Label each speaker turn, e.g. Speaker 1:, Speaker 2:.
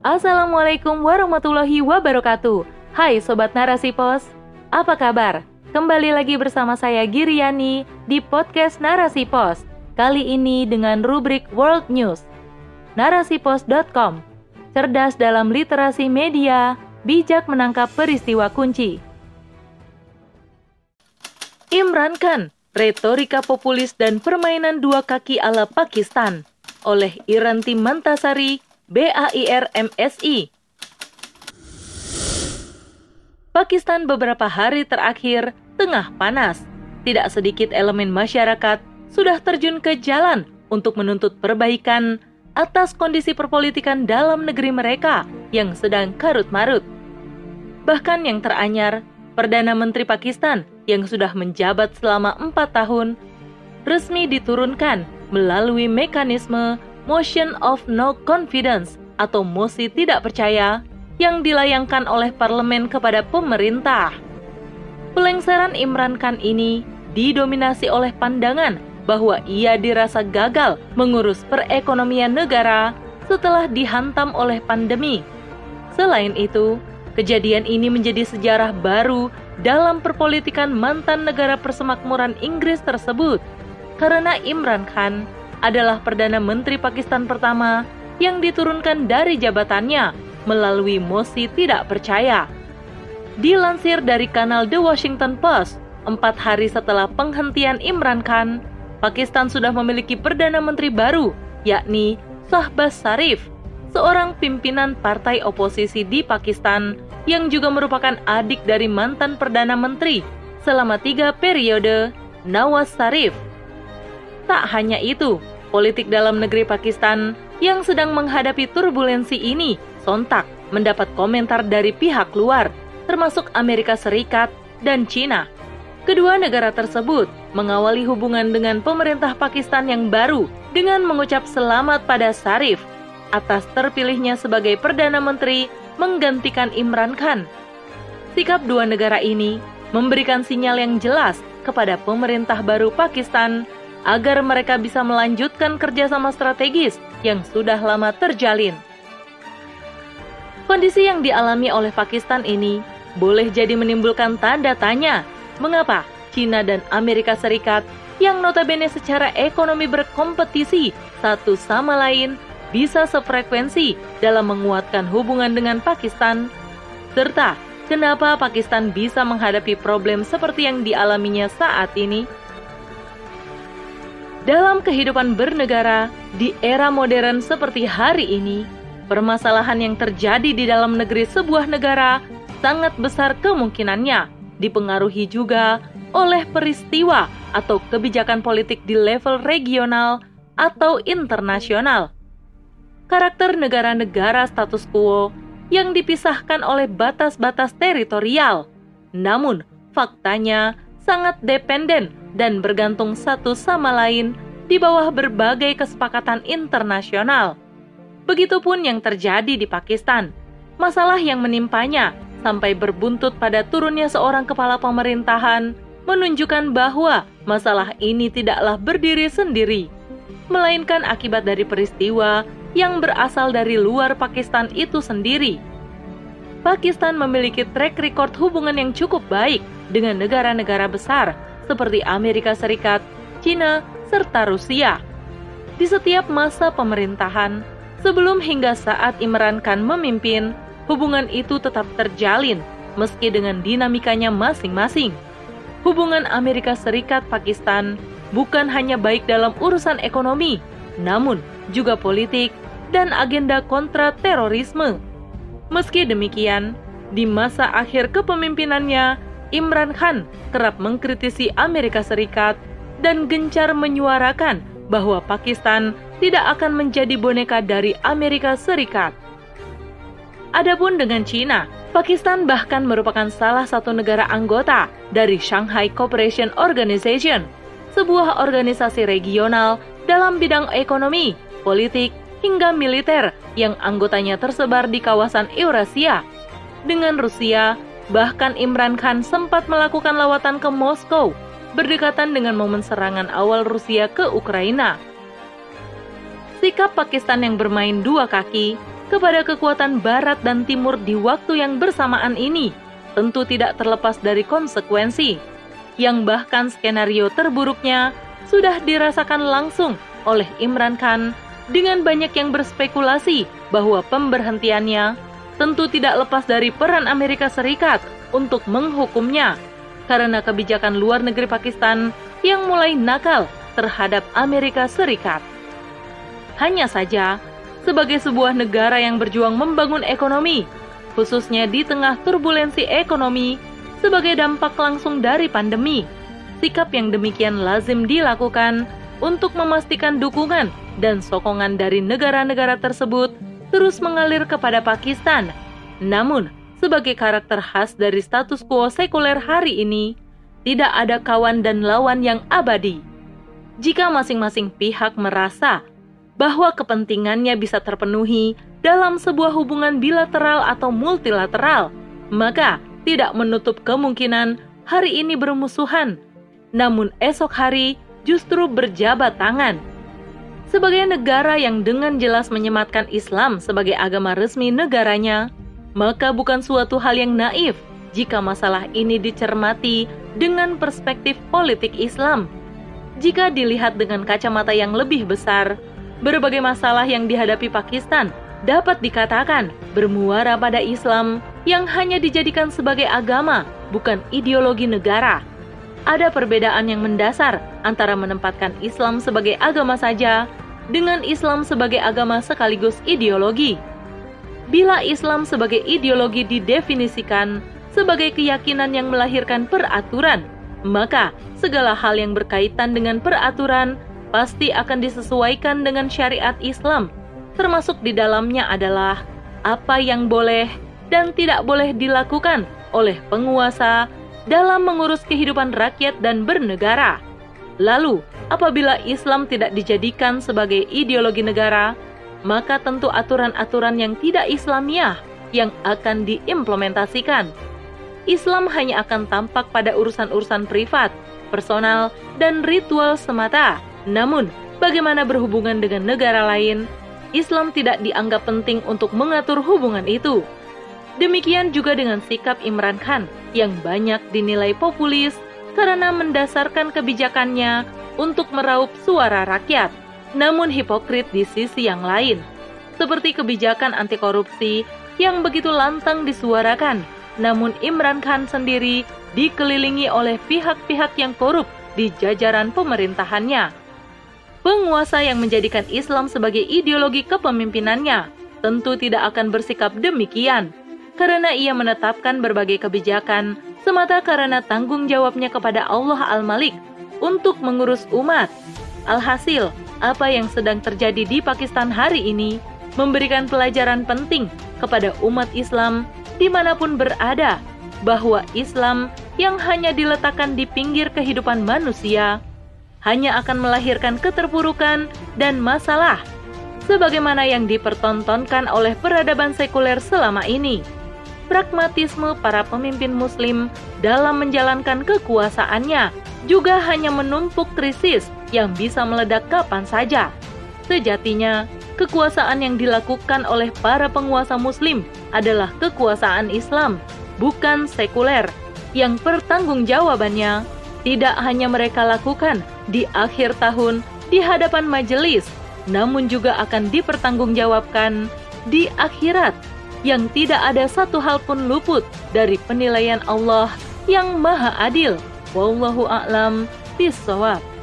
Speaker 1: Assalamualaikum warahmatullahi wabarakatuh. Hai Sobat Narasi Pos, apa kabar? Kembali lagi bersama saya Giriani di podcast Narasi Pos. Kali ini dengan rubrik World News. Narasipos.com, cerdas dalam literasi media, bijak menangkap peristiwa kunci. Imran Khan, retorika populis dan permainan dua kaki ala Pakistan oleh Iranti Mantasari, BAIR MSI. Pakistan beberapa hari terakhir tengah panas. Tidak sedikit elemen masyarakat sudah terjun ke jalan untuk menuntut perbaikan atas kondisi perpolitikan dalam negeri mereka yang sedang karut-marut. Bahkan yang teranyar, Perdana Menteri Pakistan yang sudah menjabat selama 4 tahun resmi diturunkan melalui mekanisme Motion of No Confidence atau mosi tidak percaya yang dilayangkan oleh parlemen kepada pemerintah. Pelengseran Imran Khan ini didominasi oleh pandangan bahwa ia dirasa gagal mengurus perekonomian negara setelah dihantam oleh pandemi. Selain itu, kejadian ini menjadi sejarah baru dalam perpolitikan mantan negara persemakmuran Inggris tersebut, karena Imran Khan adalah Perdana Menteri Pakistan pertama yang diturunkan dari jabatannya melalui mosi tidak percaya. Dilansir dari kanal The Washington Post, 4 hari setelah penghentian Imran Khan, Pakistan sudah memiliki Perdana Menteri baru, yakni Shahbaz Sharif, seorang pimpinan partai oposisi di Pakistan yang juga merupakan adik dari mantan Perdana Menteri selama 3 periode, Nawaz Sharif. Tak hanya itu, politik dalam negeri Pakistan yang sedang menghadapi turbulensi ini sontak mendapat komentar dari pihak luar, termasuk Amerika Serikat dan China. Kedua negara tersebut mengawali hubungan dengan pemerintah Pakistan yang baru dengan mengucap selamat pada Sharif atas terpilihnya sebagai Perdana Menteri menggantikan Imran Khan. Sikap dua negara ini memberikan sinyal yang jelas kepada pemerintah baru Pakistan agar mereka bisa melanjutkan kerjasama strategis yang sudah lama terjalin. Kondisi yang dialami oleh Pakistan ini boleh jadi menimbulkan tanda tanya mengapa China dan Amerika Serikat yang notabene secara ekonomi berkompetisi satu sama lain bisa sefrekuensi dalam menguatkan hubungan dengan Pakistan, serta kenapa Pakistan bisa menghadapi problem seperti yang dialaminya saat ini. Dalam kehidupan bernegara di era modern seperti hari ini, permasalahan yang terjadi di dalam negeri sebuah negara sangat besar kemungkinannya dipengaruhi juga oleh peristiwa atau kebijakan politik di level regional atau internasional. Karakter negara-negara status quo yang dipisahkan oleh batas-batas teritorial, namun faktanya sangat dependen dan bergantung satu sama lain di bawah berbagai kesepakatan internasional. Begitupun yang terjadi di Pakistan. Masalah yang menimpanya sampai berbuntut pada turunnya seorang kepala pemerintahan menunjukkan bahwa masalah ini tidaklah berdiri sendiri, melainkan akibat dari peristiwa yang berasal dari luar Pakistan itu sendiri. Pakistan memiliki track record hubungan yang cukup baik dengan negara-negara besar seperti Amerika Serikat, China, serta Rusia. Di setiap masa pemerintahan, sebelum hingga saat Imran Khan memimpin, hubungan itu tetap terjalin meski dengan dinamikanya masing-masing. Hubungan Amerika Serikat-Pakistan bukan hanya baik dalam urusan ekonomi, namun juga politik dan agenda kontra terorisme. Meski demikian, di masa akhir kepemimpinannya, Imran Khan kerap mengkritisi Amerika Serikat dan gencar menyuarakan bahwa Pakistan tidak akan menjadi boneka dari Amerika Serikat. Adapun dengan China, Pakistan bahkan merupakan salah satu negara anggota dari Shanghai Cooperation Organization, sebuah organisasi regional dalam bidang ekonomi, politik, hingga militer yang anggotanya tersebar di kawasan Eurasia. Dengan Rusia, bahkan Imran Khan sempat melakukan lawatan ke Moskow, berdekatan dengan momen serangan awal Rusia ke Ukraina. Sikap Pakistan yang bermain dua kaki kepada kekuatan barat dan timur di waktu yang bersamaan ini tentu tidak terlepas dari konsekuensi, yang bahkan skenario terburuknya sudah dirasakan langsung oleh Imran Khan dengan banyak yang berspekulasi bahwa pemberhentiannya tentu tidak lepas dari peran Amerika Serikat untuk menghukumnya karena kebijakan luar negeri Pakistan yang mulai nakal terhadap Amerika Serikat. Hanya saja, sebagai sebuah negara yang berjuang membangun ekonomi, khususnya di tengah turbulensi ekonomi sebagai dampak langsung dari pandemi, sikap yang demikian lazim dilakukan untuk memastikan dukungan dan sokongan dari negara-negara tersebut terus mengalir kepada Pakistan. Namun, sebagai karakter khas dari status quo sekuler hari ini, tidak ada kawan dan lawan yang abadi. Jika masing-masing pihak merasa bahwa kepentingannya bisa terpenuhi dalam sebuah hubungan bilateral atau multilateral, maka tidak menutup kemungkinan hari ini bermusuhan, namun esok hari justru berjabat tangan. Sebagai negara yang dengan jelas menyematkan Islam sebagai agama resmi negaranya, maka bukan suatu hal yang naif jika masalah ini dicermati dengan perspektif politik Islam. Jika dilihat dengan kacamata yang lebih besar, berbagai masalah yang dihadapi Pakistan dapat dikatakan bermuara pada Islam yang hanya dijadikan sebagai agama, bukan ideologi negara. Ada perbedaan yang mendasar antara menempatkan Islam sebagai agama saja dengan Islam sebagai agama sekaligus ideologi. Bila Islam sebagai ideologi didefinisikan sebagai keyakinan yang melahirkan peraturan, maka segala hal yang berkaitan dengan peraturan pasti akan disesuaikan dengan syariat Islam, termasuk di dalamnya adalah apa yang boleh dan tidak boleh dilakukan oleh penguasa dalam mengurus kehidupan rakyat dan bernegara. Lalu, apabila Islam tidak dijadikan sebagai ideologi negara, maka tentu aturan-aturan yang tidak Islamiah yang akan diimplementasikan. Islam hanya akan tampak pada urusan-urusan privat, personal, dan ritual semata. Namun, bagaimana berhubungan dengan negara lain, Islam tidak dianggap penting untuk mengatur hubungan itu. Demikian juga dengan sikap Imran Khan yang banyak dinilai populis karena mendasarkan kebijakannya untuk meraup suara rakyat, namun hipokrit di sisi yang lain, seperti kebijakan anti korupsi yang begitu lantang disuarakan, namun Imran Khan sendiri dikelilingi oleh pihak-pihak yang korup di jajaran pemerintahannya. Penguasa yang menjadikan Islam sebagai ideologi kepemimpinannya tentu tidak akan bersikap demikian, karena ia menetapkan berbagai kebijakan semata karena tanggung jawabnya kepada Allah Al-Malik untuk mengurus umat. Alhasil, apa yang sedang terjadi di Pakistan hari ini memberikan pelajaran penting kepada umat Islam dimanapun berada, bahwa Islam yang hanya diletakkan di pinggir kehidupan manusia hanya akan melahirkan keterpurukan dan masalah, sebagaimana yang dipertontonkan oleh peradaban sekuler selama ini. Pragmatisme para pemimpin Muslim dalam menjalankan kekuasaannya juga hanya menumpuk krisis yang bisa meledak kapan saja. Sejatinya, kekuasaan yang dilakukan oleh para penguasa Muslim adalah kekuasaan Islam, bukan sekuler, yang pertanggungjawabannya tidak hanya mereka lakukan di akhir tahun di hadapan majelis, namun juga akan dipertanggungjawabkan di akhirat, yang tidak ada satu hal pun luput dari penilaian Allah yang Maha Adil. Wallahu a'lam bishawab.